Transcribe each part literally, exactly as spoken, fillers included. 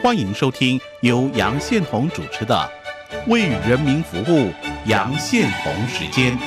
欢迎收听由杨宪宏主持的《为人民服务》杨宪宏时间。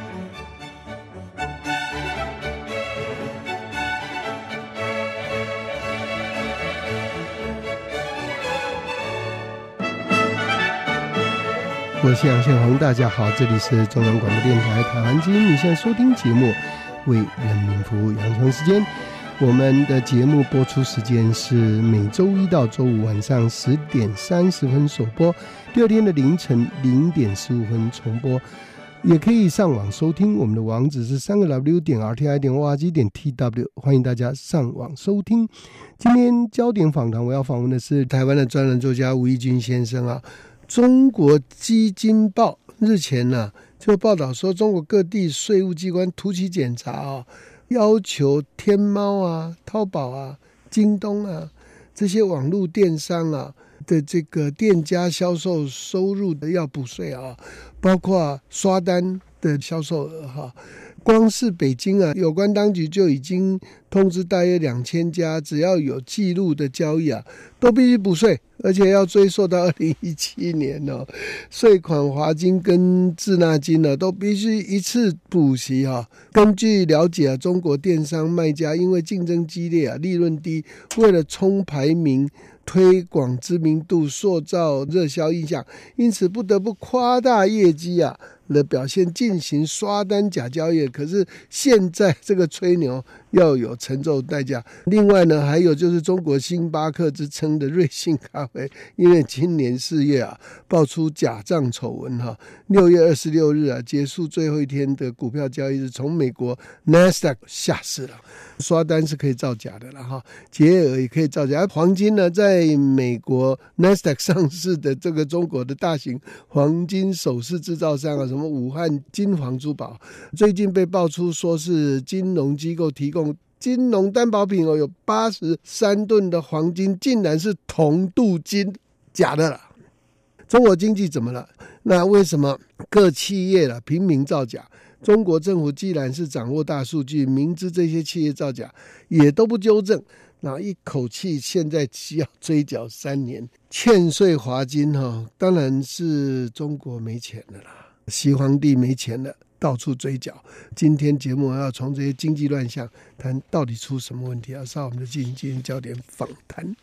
我是杨宪宏，大家好，这里是中央广播电台台湾之音，你现在收听节目《为人民服务》杨宪宏时间。我们的节目播出时间是每周一到周五晚上十点三十分首播，第二天的凌晨零点十五分重播。也可以上网收听，我们的网址是三个 W 点 R T I 点 O R G 点 T W， 欢迎大家上网收听。今天焦点访谈我要访问的是台湾的专栏作家吴怡君先生啊。中国基金报日前呢、啊、就报道说，中国各地税务机关突击检查啊，要求天猫啊、淘宝啊、京东啊这些网络电商啊的这个店家销售收入的要补税啊，包括刷单的销售额哈。光是北京啊，有关当局就已经通知大约两千家，只要有记录的交易啊，都必须补税，而且要追溯到二零一七年哦。税款、华金跟滞纳金呢、啊，都必须一次补齐哈、啊。根据了解啊，中国电商卖家因为竞争激烈啊，利润低，为了冲排名、推广知名度、塑造热销印象，因此不得不夸大业绩啊的表现，进行刷单假交易。可是现在这个吹牛要有承受代价。另外呢，还有就是中国星巴克之称的瑞幸咖啡，因为今年四月啊爆出假账丑闻哈，六月二十六日啊结束最后一天的股票交易日，从美国 Nasdaq 下市了。刷单是可以造假的了哈，结额也可以造假。而黄金呢，在美国 Nasdaq 上市的这个中国的大型黄金首饰制造商啊，什么武汉金黄珠宝，最近被爆出说是金融机构提供金融担保品哦，有八十三吨的黄金竟然是铜镀金，假的了。中国经济怎么了？那为什么各企业了频频造假？中国政府既然是掌握大数据，明知这些企业造假也都不纠正，那一口气现在需要追缴三年欠税华金、哦、当然是中国没钱了啦，西皇帝没钱了，到处追缴。今天节目要从这些经济乱象谈到底出什么问题，要稍后我们就进行今天焦点访谈。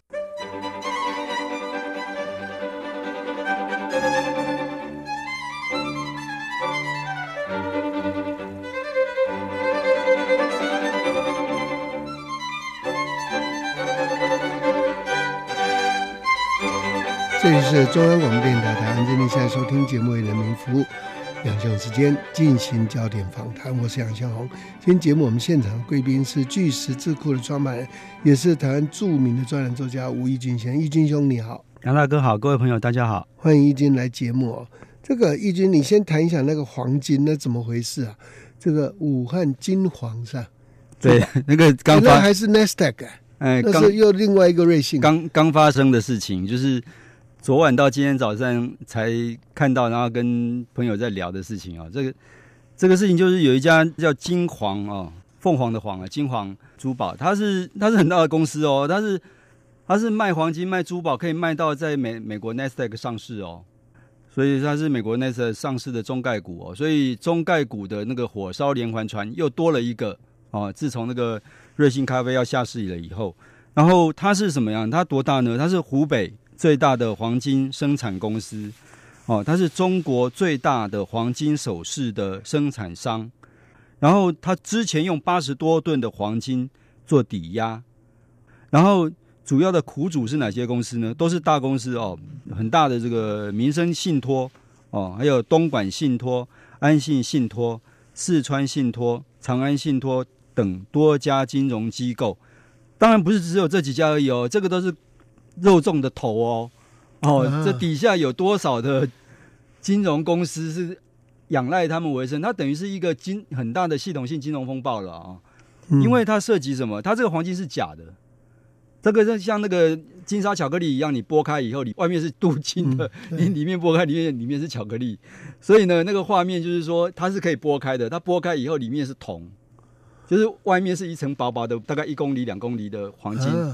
这里是中央广播电台台湾之音，现在收听节目为人民服务，杨宪宏时间进行焦点访谈，我是杨宪宏。今天节目我们现场的贵宾是巨石智库的创办人，也是台湾著名的专栏作家吴怡君先生。怡君兄你好。 杨大哥好，各位朋友大家好， 欢迎怡君来节目哦。这个怡君，你先谈一下那个黄金那怎么回事啊？这个武汉金黄是吧？ 对，那个刚发那还是 Nasdaq， 哎，那是又另外一个瑞幸刚刚发生的事情，就是昨晚到今天早上才看到，然后跟朋友在聊的事情啊。这个这个事情就是有一家叫金黄哦，凤凰的凰啊，金黄珠宝，它是它是很大的公司哦，它是它是卖黄金卖珠宝，可以卖到在美美国 Nasdaq 上市哦，所以它是美国 Nasdaq 上市的中概股哦，所以中概股的那个火烧连环船又多了一个哦。自从那个瑞幸咖啡要下市了以后，然后它是什么样？它多大呢？它是湖北最大的黄金生产公司哦，它是中国最大的黄金首饰的生产商。然后它之前用八十多吨的黄金做抵押，然后主要的苦主是哪些公司呢？都是大公司哦，很大的这个民生信托哦，还有东莞信托、安信信托、四川信托、长安信托等多家金融机构。当然不是只有这几家而已哦，这个都是肉粽的头哦，哦，啊、这底下有多少的金融公司是仰赖他们为生？它等于是一个金很大的系统性金融风暴了啊、哦嗯！因为它涉及什么？它这个黄金是假的，这个像那个金沙巧克力一样，你剥开以后，里外面是镀金的，嗯、你里面剥开，里面里面是巧克力，所以呢，那个画面就是说它是可以剥开的，它剥开以后里面是铜，就是外面是一层薄薄的，大概一公里、两公里的黄金。啊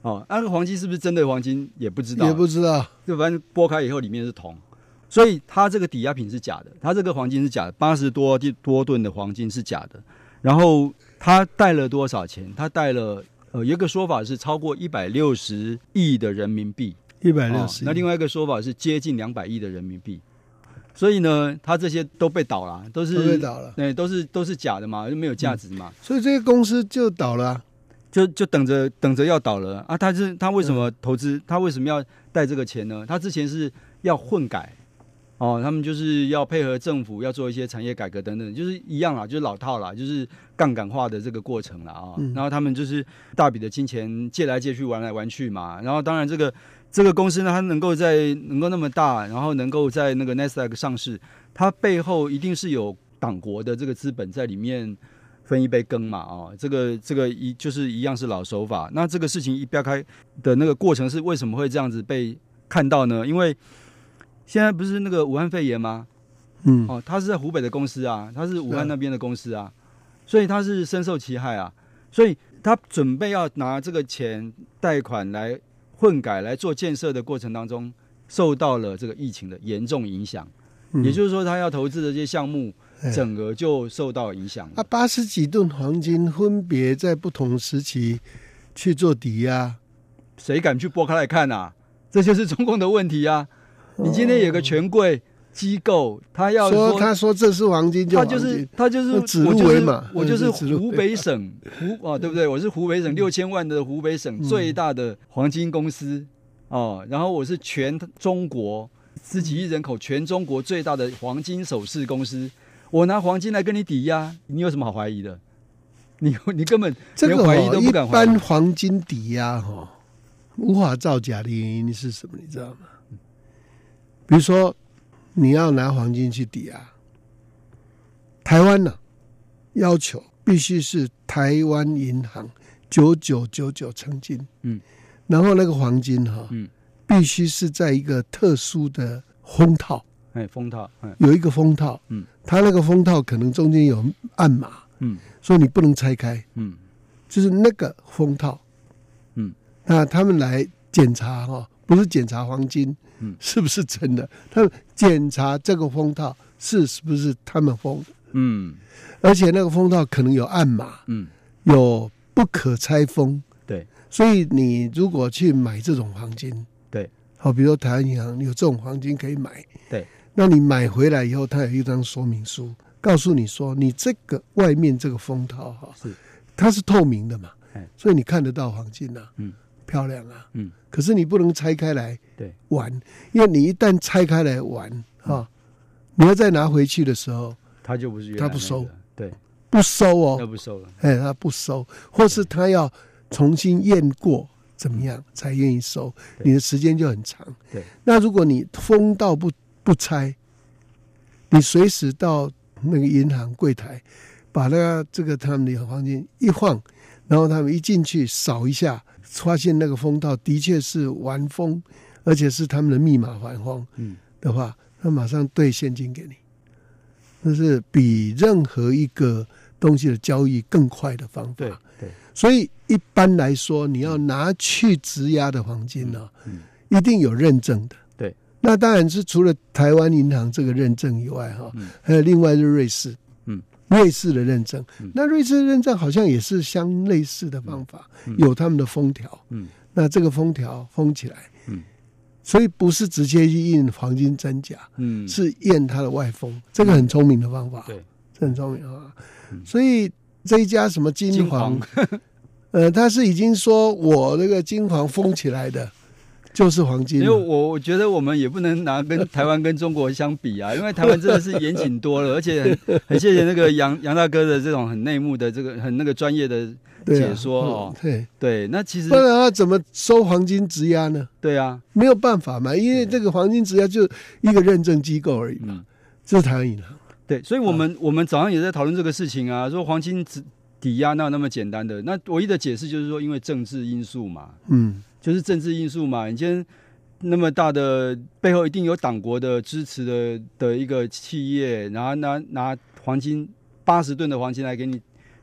哦，那个黄金是不是真的黄金也不知道， 也不知道， 就反正剥开以后里面是铜，所以它这个抵押品是假的，它这个黄金是假的，八十多多吨的黄金是假的。然后他贷了多少钱？他贷了呃，有一个说法是超过一百六十亿的人民币， 一百六十亿。 那另外一个说法是接近两百亿的人民币。所以呢，他这些都被倒了，都是都被倒了， 对，都是都是假的嘛，就没有价值嘛。 嗯、所以这些公司就倒了、啊， 就就等着等着要倒了啊！他是他为什么投资？他为什么要贷这个钱呢？他之前是要混改。哦，他们就是要配合政府，要做一些产业改革等等，就是一样啦，就是老套啦，就是杠杆化的这个过程啦啊、嗯。然后他们就是大笔的金钱借来借去，玩来玩去嘛。然后当然这个这个公司呢，它能够在能够那么大，然后能够在那个 Nasdaq 上市，它背后一定是有党国的这个资本在里面分一杯羹嘛啊、哦。这个这个一就是一样是老手法。那这个事情一标开的那个过程是为什么会这样子被看到呢？因为现在不是那个武汉肺炎吗？嗯，哦，他是在湖北的公司啊，他是武汉那边的公司啊，所以他是深受其害啊，所以他准备要拿这个钱贷款来混改来做建设的过程当中，受到了这个疫情的严重影响，嗯、也就是说，他要投资的这些项目，整个就受到影响。 啊，八十几吨黄金分别在不同时期去做抵押， 谁敢去拨开来看啊？这就是中共的问题啊！你今天有个权贵机构，他要 说, 说他说这是黄金就黄金， 他就是他就是指鹿为马， 我就是我就是湖北省湖啊，对不对？我是湖北省六千万的湖北省最大的黄金公司哦，然后我是全中国十几亿人口全中国最大的黄金首饰公司，我拿黄金来跟你抵押，你有什么好怀疑的？你你根本连怀疑都不敢怀疑。 一般黄金抵押哈、哦、无法造假的原因是什么？你知道吗？比如说，你要拿黄金去抵押，台湾呢、啊、要求必须是台湾银行九九九九成金，嗯，然后那个黄金哈、哦，嗯，必须是在一个特殊的封套， 哎，封套，哎， 有一个封套，嗯，它那个封套可能中间有暗码，嗯，所以你不能拆开，嗯，就是那个封套，嗯，那他们来检查哈、哦，不是检查黄金。嗯、是不是真的？他们检查这个封套是是不是他们封的？嗯，而且那个封套可能有暗码，嗯，有不可拆封， 对。 所以你如果去买这种黄金， 对， 好，比如说台湾银行有这种黄金可以买， 对。 那你买回来以后，它有一张说明书，告诉你说，你这个外面这个封套哈，是它是透明的嘛，所以你看得到黄金啊，嗯。漂亮啊，嗯，可是你不能拆开来玩，因为你一旦拆开来玩哈、嗯，你要再拿回去的时候， 他就不是原来、那個、 他不收， 对， 不收哦， 他不收了， 哎，他不收，或是他要重新验过怎么样才愿意收，你的时间就很长。 对， 那如果你封到不不拆，你随时到那个银行柜台，把那个这个他们的黄金一晃，然后他们一进去扫一下。发现那个封套的确是完封，而且是他们的密码完封的话，那马上兑现金给你，那是比任何一个东西的交易更快的方法。 对对， 所以一般来说，你要拿去质押的黄金呢、啊嗯嗯，一定有认证的。 对， 那当然是除了台湾银行这个认证以外，哈、嗯，还有另外是瑞士。瑞士的认证、嗯，那瑞士的认证好像也是相类似的方法，嗯、有他们的封条、嗯，那这个封条封起来、嗯，所以不是直接去印黄金真假，嗯，是验它的外封，这个很聪明的方法，对、嗯，这很聪明啊、嗯。所以这一家什么金黄，金黄呃，他是已经说我那个金黄封起来的。就是黄金， 因为我我觉得我们也不能拿跟台湾跟中国相比啊，因为台湾真的是严谨多了，而且很很谢谢那个杨杨大哥的这种很内幕的这个很那个专业的解说哦。 对、啊嗯、 对, 对，那其实不然他怎么收黄金质押呢？ 对啊， 没有办法嘛，因为这个黄金质押就一个认证机构而已嘛，嗯、这是台湾银行。 对，所以我们、啊、我们早上也在讨论这个事情啊，说黄金抵押哪有那么简单的？那唯一的解释就是说，因为政治因素嘛，嗯。就是政治因素嘛，你今天那么大的背后一定有党国的支持的的一个企业，然后拿拿黄金八十吨的黄金来给你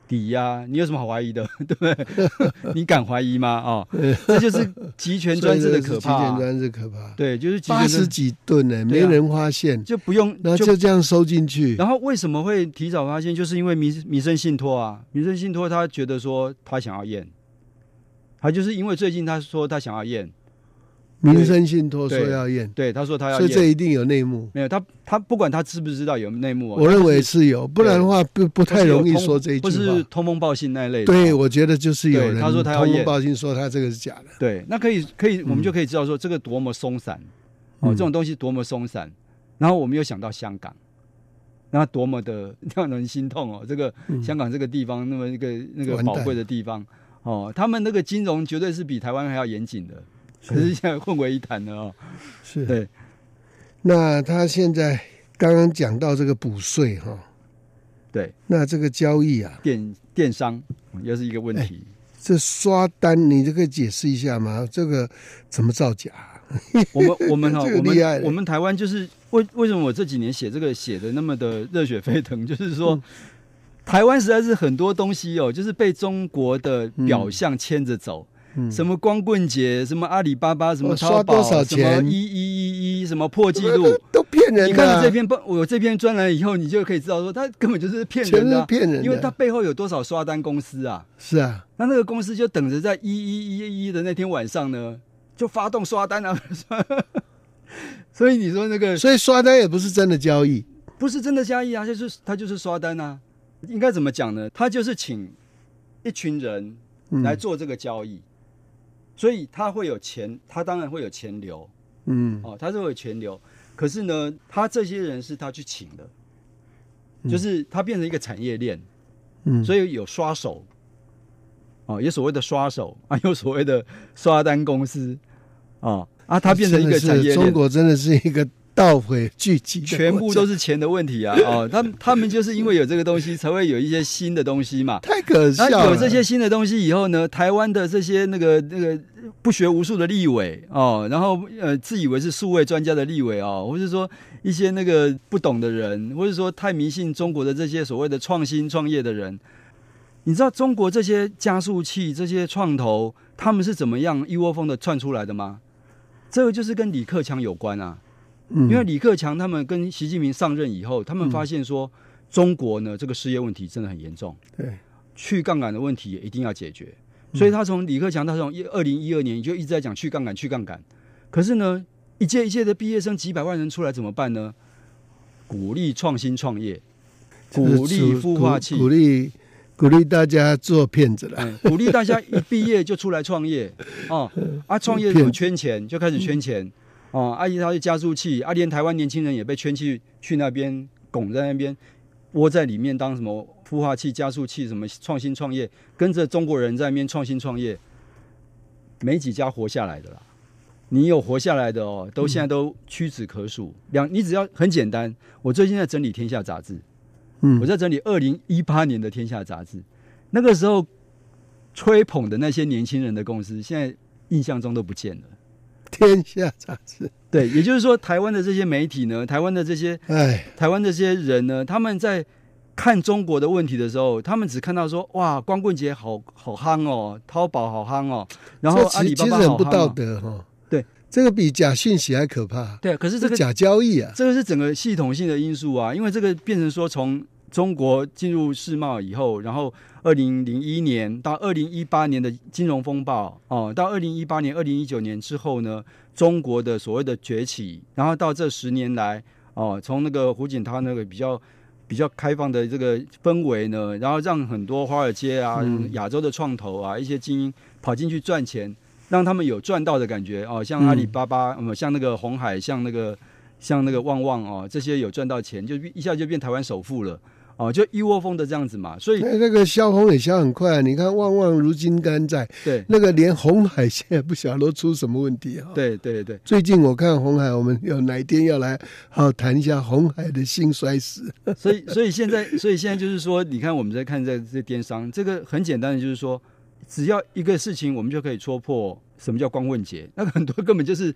抵呀、啊，你有什么好怀疑的，对不对？你敢怀疑吗？哦，这就是集权专制的可怕、啊。 集权专制可怕， 对，就是八十几吨呢，没人发现， 就不用， 然后就这样收进去。 然后为什么会提早发现？就是因为民民生信托啊，民生信托他觉得说他想要验，他就是因为最近他说他想要验。 民生信托说要验， 对，他说他要验， 所以这一定有内幕。 没有，他他不管他知不知道有内幕、啊， 我认为是有，不然的话不不太容易说这一句话。 不是通风报信那一类的。 对，我觉得就是有人他说他要验， 通风报信说他这个是假的。 对，那可以可以，我们就可以知道说这个多么松散、嗯、哦，这种东西多么松散。然后我们又想到香港，那多么的让人心痛哦！这个香港这个地方，那么一个那个宝贵的地方哦，他们那个金融绝对是比台湾还要严谨的。可是现在混为一谈了哦， 是对。 那他现在刚刚讲到这个补税哈、哦， 对， 那这个交易啊， 电电商又是一个问题。 这刷单你这个解释一下吗？这个怎么造假？ 我们我们哈、哦，我们我们台湾就是为为什么我这几年写这个写的那么的热血沸腾，就是说、嗯、台湾实在是很多东西哦，就是被中国的表象牵着走。嗯嗯、什么光棍节，什么阿里巴巴，什么淘宝， 刷多少钱， 什么一一一一，什么破纪录， 都骗人的、啊。 你看了这篇我这篇专栏以后，你就可以知道说，他根本就是骗人的、啊， 骗人的， 因为他背后有多少刷单公司啊？ 是啊， 那那个公司就等着在一一一一的那天晚上呢，就发动刷单啊。所以你说那个， 所以刷单也不是真的交易， 不是真的交易啊，就是他就是刷单啊。应该怎么讲呢？他就是请一群人来做这个交易。嗯，所以他会有钱，他当然会有钱流，嗯，哦，他是会有钱流。可是呢，他这些人是他去请的，嗯、就是他变成一个产业链，嗯，所以有刷手，哦，有所谓的刷手啊，有所谓的刷单公司，哦啊，他变成一个产业链。 中国真的是一个盗匪聚集， 全部都是钱的问题啊！哦，他们他们就是因为有这个东西，才会有一些新的东西嘛。 太可笑了！ 那有这些新的东西以后呢，台湾的这些那个那个不学无术的立委哦，然后呃自以为是数位专家的立委哦，或者说一些那个不懂的人，或者说太迷信中国的这些所谓的创新创业的人，你知道中国这些加速器、这些创投，他们是怎么样一窝蜂的窜出来的吗？这个就是跟李克强有关啊。因为李克强他们跟习近平上任以后，他们发现说，中国呢这个失业问题真的很严重，对，去杠杆的问题也一定要解决。所以他从李克强，他从二零一二年就一直在讲去杠杆、去杠杆。可是呢，一届一届的毕业生几百万人出来怎么办呢？鼓励创新创业，鼓励孵化器， 鼓励鼓励大家做骗子了、 嗯，鼓励大家一毕业就出来创业哦，啊，创业怎么圈钱就开始圈钱。哦，阿姨他是加速器，啊，连台湾年轻人也被圈去去那边拱在那边，窝在里面当什么孵化器、加速器，什么创新创业，跟着中国人在那边创新创业，没几家活下来的啦。你有活下来的哦，都现在都屈指可数。两，你只要很简单，我最近在整理《天下》杂志，嗯，我在整理二零一八年的《天下》杂志，那个时候吹捧的那些年轻人的公司，现在印象中都不见了。 天下杂志， 对，也就是说，台湾的这些媒体呢，台湾的这些，哎，台湾的这些人呢，他们在看中国的问题的时候，他们只看到说，哇，光棍节好好夯哦，淘宝好夯哦，然后阿里巴巴好夯、哦、 其实很不道德哈、哦。 对， 这个比假讯息还可怕。 对，可是这个假交易啊， 这个是整个系统性的因素啊，因为这个变成说从中国进入世贸以后，然后二零零一年到二零一八年的金融风暴哦，到二零一八年、二零一九年之后呢，中国的所谓的崛起，然后到这十年来哦，从那个胡锦涛那个比较比较开放的这个氛围呢，然后让很多华尔街啊、嗯、亚洲的创投啊一些精英跑进去赚钱，让他们有赚到的感觉哦，像阿里巴巴，嗯、像那个鸿海，像那个像那个旺旺哦，这些有赚到钱，就一下就变台湾首富了。哦，就一窝蜂的这样子嘛，所以那个销红也销很快、啊。你看旺旺如金刚在， 对， 那个连鸿海现在不晓得都出什么问题啊。 对对对， 最近我看鸿海，我们有哪一天要来好谈一下鸿海的兴衰史。 所以，所以现在，所以现在就是说，你看我们在看这这电商，这个很简单的，就是说，只要一个事情，我们就可以戳破什么叫光棍节。那很多根本就是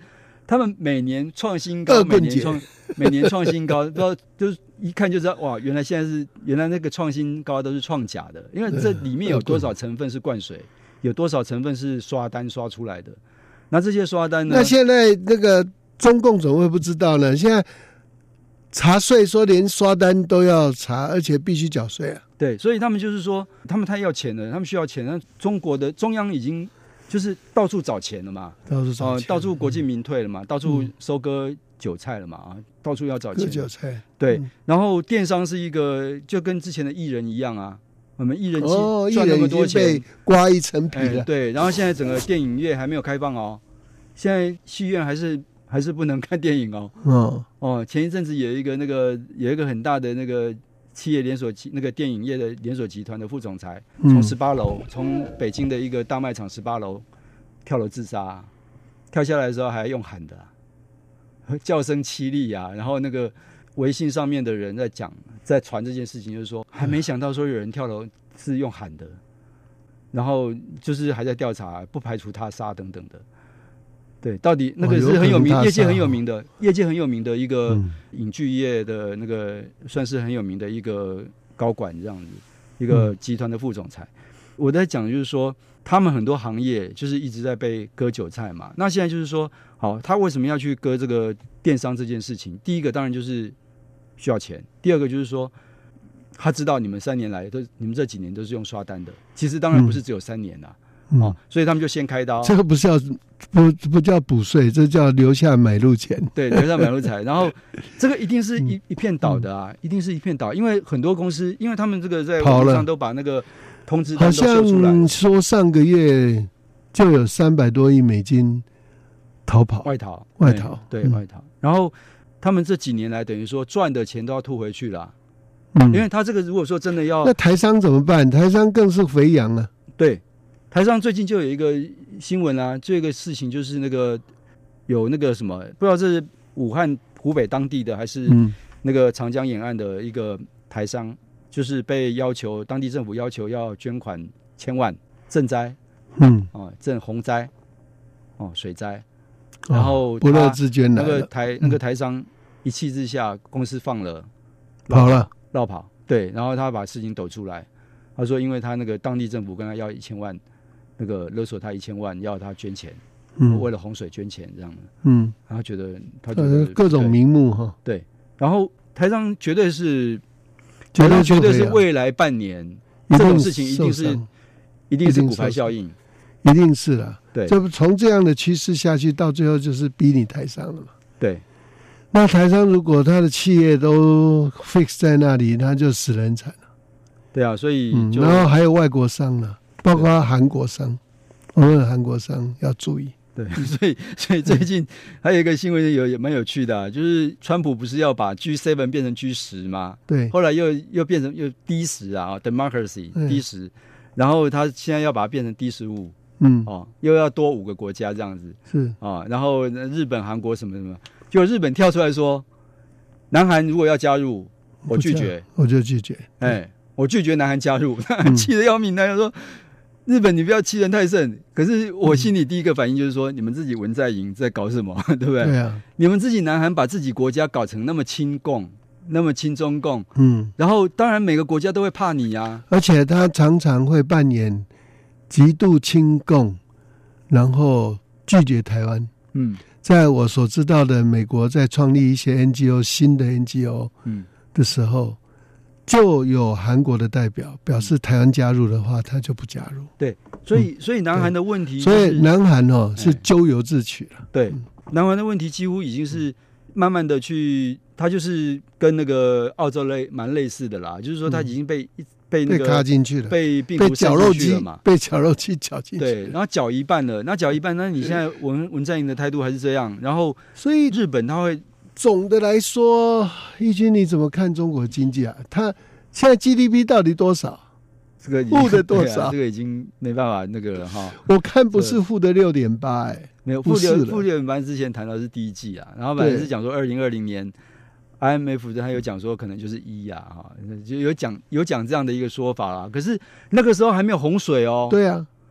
他们每年创新高，每年创每年创新高，不知道就是一看就知道哇，原来现在是原来那个创新高都是创假的，因为这里面有多少成分是灌水，有多少成分是刷单刷出来的。那这些刷单呢？ 那现在那个中共怎么会不知道呢？现在查税说连刷单都要查，而且必须缴税啊。 对，所以他们就是说，他们太要钱了，他们需要钱。那中国的中央已经就是到处找钱了嘛， 到处找钱、 呃，到处国进民退了嘛，嗯、到处收割韭菜了嘛，啊，到处要找钱。 割韭菜。 对、 嗯， 然后电商是一个就跟之前的艺人一样啊。我们艺人哦， 赚那么多钱， 被刮一层皮了、 欸。对，然后现在整个电影业还没有开放哦，现在戏院还是还是不能看电影哦。哦哦，前一阵子有一个那个有一个很大的那个企业连锁集那个电影业的连锁集团的副总裁，从十八楼从北京的一个大卖场十八楼跳楼自杀，跳下来的时候还用喊的、啊，叫声凄厉啊，然后那个。微信上面的人在讲，在传这件事情，就是说还没想到说有人跳楼是用喊的，然后就是还在调查，不排除他杀等等的。对，到底那个是很有名，业界很有名的，业界很有名的一个影剧业的那个，算是很有名的一个高管这样子，一个集团的副总裁。我在讲就是说，他们很多行业就是一直在被割韭菜嘛。那现在就是说，好，他为什么要去割这个电商这件事情？第一个当然就是需要钱，第二个就是说，他知道你们三年来都，你们这几年都是用刷单的，其实当然不是只有三年啦、嗯哦，所以他们就先开刀。 这个不是要不不叫补税，这叫留下买路钱。 对，留下买路财。然后这个一定是一、嗯、一片倒的啊、嗯，一定是一片倒，因为很多公司，因为他们这个在网络上都把那个通知单都秀出来， 好像说上个月就有三百多亿美金逃跑， 外逃， 外逃， 对，对嗯、外逃，然后。他们这几年来等于说赚的钱都要吐回去了， 嗯， 因为他这个如果说真的要， 那台商怎么办？台商更是肥羊啊。 对，台商最近就有一个新闻啊，这个事情就是那个有那个什么，不知道是武汉湖北当地的还是那个长江沿岸的一个台商，就是被要求当地政府要求要捐款千万赈灾， 嗯， 哦，赈洪灾，哦，水灾。然后、 哦、不乐自捐来了， 那个台那个台商一气之下，公司放了， 跑了， 绕跑，对，然后他把事情抖出来，他说，因为他那个当地政府跟他要一千万，那个勒索他一千万，要他捐钱，嗯，为了洪水捐钱这样的，嗯，然后觉得他觉得各种名目哈， 对，然后台商绝对是，台商绝对是未来半年这种事情一定是一定是骨牌效应。 一定是啦， 对， 就从这样的趋势下去，到最后就是逼你台商了嘛。 对， 那台商如果他的企业都 fix 在那里，那就死人惨了。 对啊，所以、 嗯、然后还有外国商了，包括韩国商，我们韩国商要注意。 对，所以所以最近还有一个新闻有也蛮有趣的、啊，就是川普不是要把 G 七 变成 G 十 吗？ 对， 后来又又变成又 D 十 啊 ，Democracy D 十，然后他现在要把它变成 D 十五。嗯哦，又要多五个国家这样子是啊、哦，然后日本、韩国什么什么，就日本跳出来说，南韩如果要加入，我拒绝， 我就拒绝， 哎，我拒绝南韩加入，气得要命。他就说，日本你不要欺人太甚。可是我心里第一个反应就是说，你们自己文在寅在搞什么，对不对？ 对啊， 你们自己南韩把自己国家搞成那么亲共，那么亲中共， 嗯， 然后当然每个国家都会怕你啊， 而且他常常会扮演极度亲共，然后拒绝台湾。嗯，在我所知道的，美国在创立一些 N G O 新的 N G O 的时候，嗯、就有韩国的代表表示，台湾加入的话，他就不加入。 对，所以、嗯、所以南韩的问题、就是， 所以南韩哦是咎由自取了。 对，嗯、南韩的问题几乎已经是慢慢的去，他就是跟那个澳洲类蛮类似的啦，就是说他已经被。嗯被那个被卡进去了， 被病毒渗进去了嘛？ 被绞肉机绞进去， 对，然后绞一半了，那绞一半，那你现在文文在寅的态度还是这样，然后所以日本他会总的来说，义军你怎么看中国经济啊？他现在 G D P 到底多少？ 这个负的多少、 啊？这个已经没办法那个了哈。 我看不是负的六点八，哎， 没有负六负六点八，之前谈到是第一季啊，然后本来是讲说二零二零年。I M F 他有讲说可能就是一啊，哈，就有讲有讲这样的一个说法啦。可是那个时候还没有洪水哦。 对啊，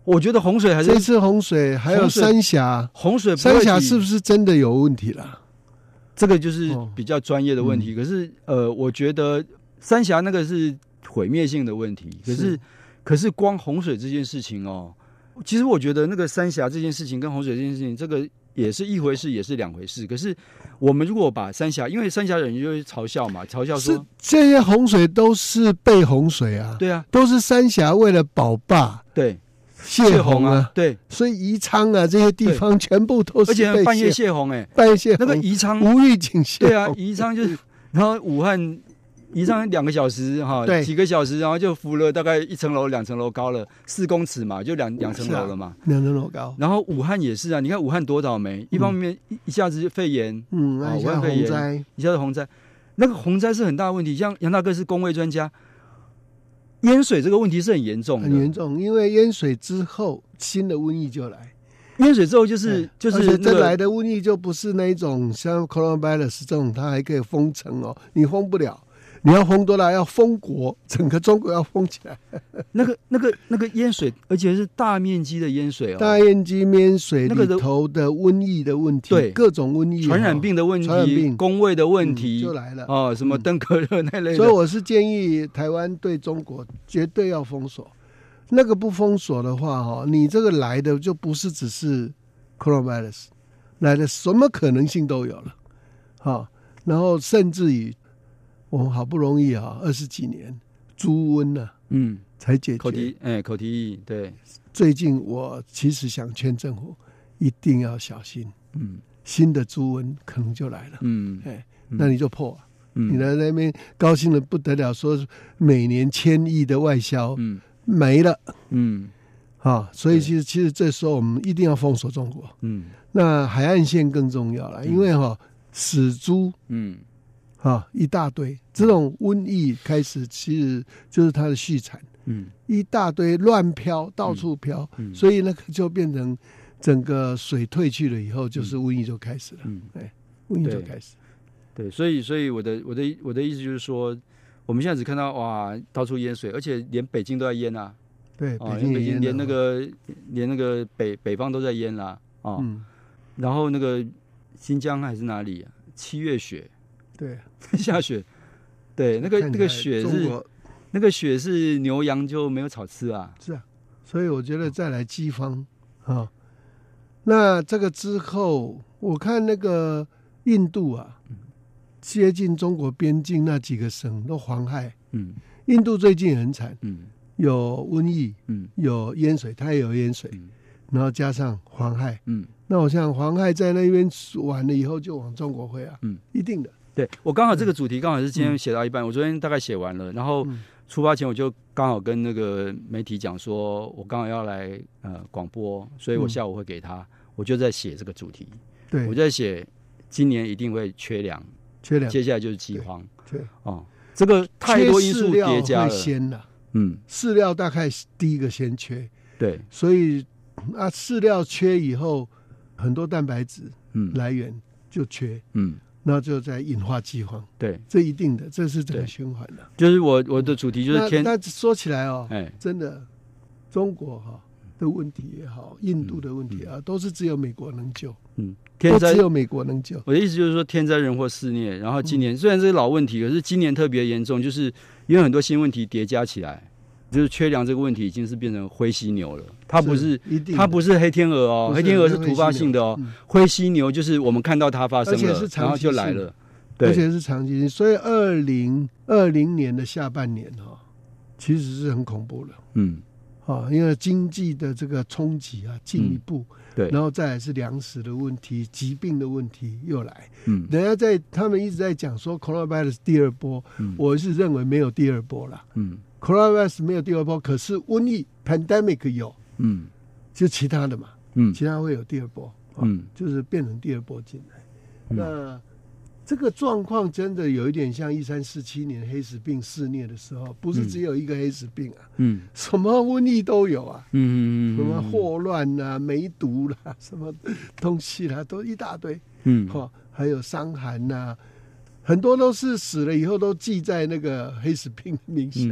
我觉得洪水还是这次洪水还有三峡， 洪水不会三峡是不是真的有问题了？ 这个就是比较专业的问题。哦嗯、可是呃，我觉得三峡那个是毁灭性的问题，可是, 是可是光洪水这件事情哦，其实我觉得那个三峡这件事情跟洪水这件事情，这个也是一回事，也是两回事。可是我们如果把三峡，因为三峡人就会嘲笑嘛，嘲笑说这些洪水都是被洪水啊， 对啊， 都是三峡为了保坝， 对。 泄洪啊， 啊对， 所以宜昌啊这些地方全部都是被而且半夜泄洪哎、欸， 半夜泄洪， 那个宜昌无预警泄洪， 对啊，宜昌就是，然后武汉宜昌两个小时哈，几个小时，然后就浮了大概一层楼、两层楼高了，四公尺嘛，就两两层楼了嘛， 两层楼高。 然后武汉也是啊，你看武汉多倒霉，一方面一一下子肺炎， 嗯，啊、武汉肺炎， 一下子洪灾，那个洪灾是很大的问题。像杨大哥是工卫专家。淹水这个问题是很严重的， 很严重，因为淹水之后新的瘟疫就来， 淹水之后就是就是、那个， 这来的瘟疫就不是那一种像 coronavirus 这种，它还可以封城哦，你封不了，你要封多大？要封国，整个中国要封起来。 那个那个那个淹水，而且是大面积的淹水哦， 大面积淹水里头的瘟疫的问题， 对， 各种瘟疫、 传染病的问题， 传染病、 公卫的问题、 嗯、就来了哦，什么登革热那类的、嗯。 所以我是建议台湾对中国绝对要封锁，那个不封锁的话，哈，你这个来的就不是只是 coronavirus， 来的什么可能性都有了，好，然后甚至于。我们好不容易啊，二十几年猪瘟啊，嗯，才解决。 口蹄，哎、欸，口蹄疫，对。 最近我其实想劝政府一定要小心，嗯，新的猪瘟可能就来了，嗯，哎、欸，那你就破、啊，嗯，你在那边高兴的不得了，说每年千亿的外销，嗯，没了，嗯，啊，所以其实其实这时候我们一定要封锁中国，嗯，那海岸线更重要了，因为哈、哦、死猪，嗯。啊，一大堆这种瘟疫开始，其实就是它的续产，嗯，一大堆乱飘，到处飘、嗯嗯，所以那个就变成整个水退去了以后，就是瘟疫就开始了，嗯，哎，瘟疫就开始， 对，所以所以我的我的我的意思就是说，我们现在只看到哇，到处淹水，而且连北京都在淹啊， 对， 哦、 北京也淹了， 连那个连那个北北方都在淹啦，啊、哦嗯，然后那个新疆还是哪里啊，七月雪。 对， 下雪，对，那个那个雪是那个雪是牛羊就没有草吃啊， 是啊，所以我觉得再来饥荒啊，那这个之后，我看那个印度啊，嗯、接近中国边境那几个省都蝗害，嗯，印度最近很惨，嗯，有瘟疫，嗯，有淹水，它也有淹水，嗯、然后加上蝗害，嗯，那我想蝗害在那边完了以后就往中国会啊，嗯，一定的。 对，我刚好这个主题刚好是今天写到一半、嗯、我昨天大概写完了，然后出发前我就刚好跟那个媒体讲说我刚好要来呃广播，所以我下午会给他、嗯、我就在写这个主题，对，我在写今年一定会缺粮， 缺粮， 接下来就是饥荒， 对， 哦，这个太多因素叠加了， 先了， 嗯， 饲料大概第一个先缺， 对， 所以啊饲料缺以后很多蛋白质来源就缺，嗯，那就在引发饥荒， 对， 这一定的，这是整个循环的。 就是我我的主题就是天， 那, 那说起来哦，哎，真的，中国哈、哦、的问题也好，印度的问题啊，嗯、都是只有美国能救，嗯，天灾都只有美国能救。 我的意思就是说，天灾人祸肆虐，然后今年、嗯、虽然这是老问题，可是今年特别严重，就是因为很多新问题叠加起来。就是缺粮这个问题已经是变成灰犀牛了，它不是，是它不是黑天鹅哦，黑天鹅是突发性的哦，嗯、灰犀牛就是我们看到它发生了，然后就来了， 对，而且是长期性，所以二零二零年的下半年哈、哦，其实是很恐怖的，嗯，啊，因为经济的这个冲击啊进一步、嗯，对，然后再来是粮食的问题、疾病的问题又来，嗯，人家在他们一直在讲说 coronavirus 第二波、嗯，我是认为没有第二波了，嗯。coronavirus 没有第二波，可是瘟疫 pandemic 有，嗯，就其他的嘛，嗯，其他会有第二波，嗯，就是变成第二波进来。嗯、那这个状况真的有一点像一三四七年黑死病肆虐的时候，不是只有一个黑死病啊，嗯，什么瘟疫都有啊，嗯，什么霍乱啊、梅毒啦、啊，什么东西啦、啊，都一大堆，嗯，哈，还有伤寒呐、啊。很多都是死了以后都记在那个黑死病名下，嗯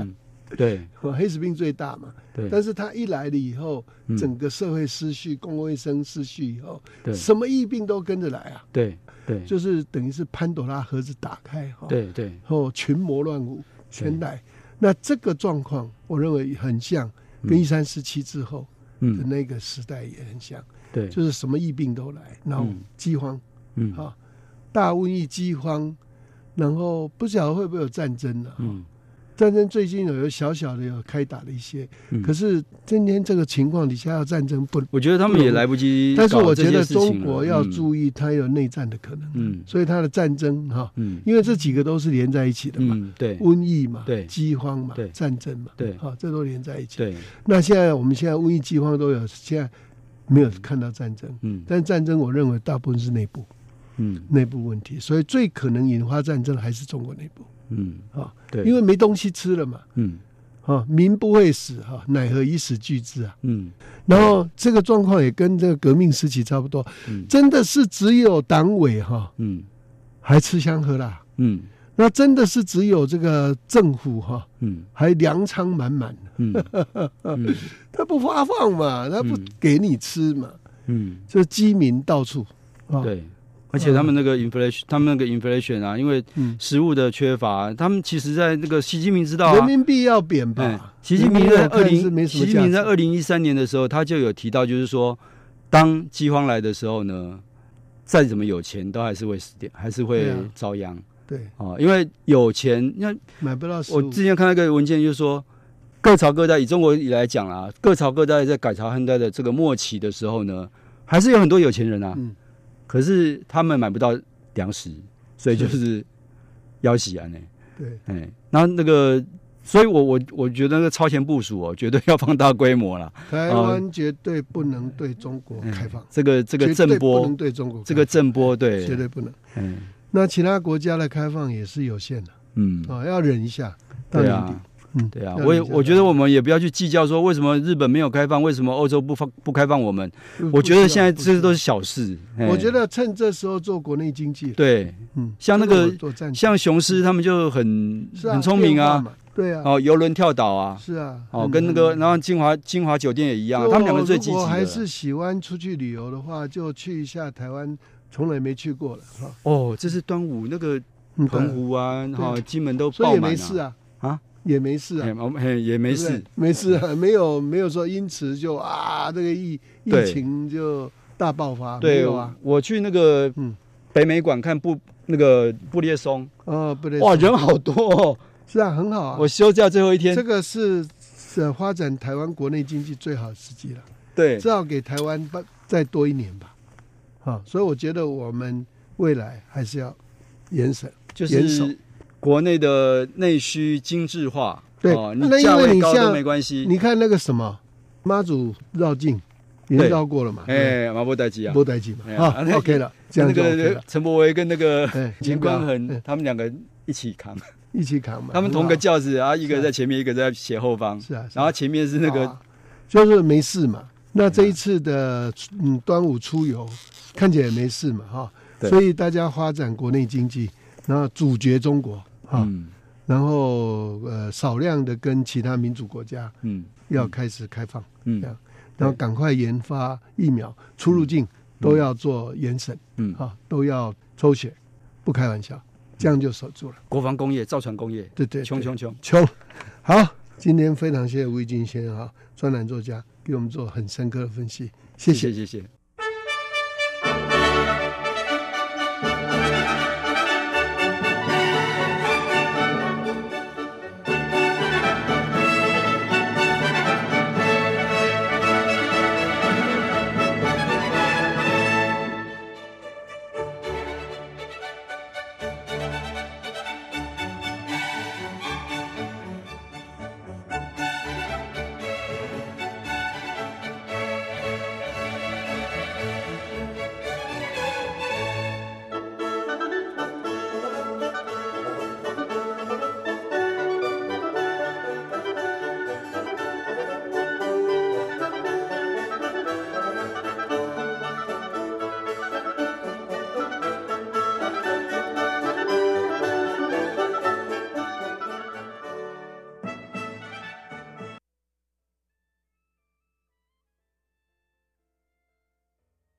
对， 黑死病最大嘛。 对， 但是它一来了以后， 嗯整个社会失序，公共卫生失序以后， 对， 什么疫病都跟着来啊。 对对， 就是等于是潘朵拉盒子打开哈。 对对， 然后群魔乱舞，全来。那这个状况，我认为很像跟一三四七之后的那个时代也很像。 对， 就是什么疫病都来，然后饥荒， 嗯啊，大瘟疫、饥荒，然后不晓得会不会有战争呢、啊？嗯，战争最近有小小的有开打了一些，嗯、可是今天这个情况底下要战争不， 我觉得他们也来不及。 但是我觉得中国要注意，它有内战的可能， 嗯， 所以它的战争哈，嗯，因为这几个都是连在一起的嘛， 嗯、对， 瘟疫嘛， 对， 饥荒嘛， 对， 战争嘛， 对， 好，这都连在一起。 对， 那现在我们现在瘟疫、饥荒都有，现在。没有看到战争，嗯，但战争我认为大部分是内部，嗯，内部问题，所以最可能引发战争的还是中国内部，嗯，啊，对，因为没东西吃了嘛，嗯，啊，民不会死哈，乃何以死惧之啊，嗯，然后这个状况也跟这个革命时期差不多，嗯，真的是只有党委哈，嗯，还吃香喝辣，嗯。那真的是只有这个政府哈，嗯，还粮仓满满的，嗯，嗯他不发放嘛，他不给你吃嘛，嗯，就饥民到处， 哦、对，而且他们那个 inflation，、嗯、他们那个 inflation 啊，因为食物的缺乏，他们其实在那个习近平知道、啊， 人民币要贬吧？ 嗯、习近平在二零，习近平在二零一三年的时候，他就有提到，就是说，当饥荒来的时候呢，再怎么有钱，都还是会死掉，还是会遭殃。 对， 哦，因为有钱，你看买不到食物。 我之前看到一个文件，就是说，各朝各代以中国以来讲啦，各朝各代在改朝换代的这个末期的时候呢，还是有很多有钱人啊，嗯、可是他们买不到粮食，所以就是要挟啊，呢。 对， 哎，然后那个，所以我我我觉得那个超前部署哦，绝对要放大规模了。 台湾绝对不能对中国开放， 嗯、这个这个震波不能对中国开放， 这个震波对， 绝对不能。 嗯。 那其他国家的开放也是有限的，嗯，哦，要忍一下，到年底， 嗯，对啊，我也我觉得我们也不要去计较说为什么日本没有开放，为什么欧洲不放不开放我们，我觉得现在这都是小事。 我觉得趁这时候做国内经济， 对，嗯，像那个像雄狮他们就很很聪明啊， 对啊， 哦，游轮跳岛啊， 是啊， 哦，跟那个然后金华金华酒店也一样，他们两个最积极的。 如果还是喜欢出去旅游的话，就去一下台湾。从来没去过了哈哦，这是端午那个澎湖啊，哈、嗯、金门都爆满、啊，所以也没事啊啊也没事啊， 欸、也没事， 对对没事啊，没有没有说因此就啊这个疫疫情就大爆发， 对没有啊。 我去那个嗯北美馆看布那个布列松哦，布列松哇人好多哦， 是啊很好啊。 我休假最后一天， 这个是是发展台湾国内经济最好的时机了， 对， 至少给台湾再多一年吧。啊，所以我觉得我们未来还是要严守， 就是国内的内需精致化。 对， 哦、你价位高都没关系。 你看那个什么妈祖绕境，已经绕过了嘛？ 哎，马波代基啊， 波代基嘛。啊 ，OK 了，这样就 OK 了。 陈柏惟跟那个秦光恒他们两个一起扛， 一起扛嘛。 他们同个轿子啊，一个在前面，一个在斜后方。 是啊， 然后前面是那个， 就是没事嘛。那这一次的嗯端午出游。看起来也没事嘛，哈，所以大家发展国内经济，然后阻绝中国，哈、嗯，然后呃少量的跟其他民主国家，嗯，要开始开放，嗯，这样，然后赶快研发疫苗，出入境都要做严审，嗯，哈，都要抽血，不开玩笑，这样就守住了。 国防工业、造船工业， 对对， 穷穷穷穷。好，今天非常谢谢吴怡君先生哈，专栏作家给我们做很深刻的分析，谢谢谢谢谢。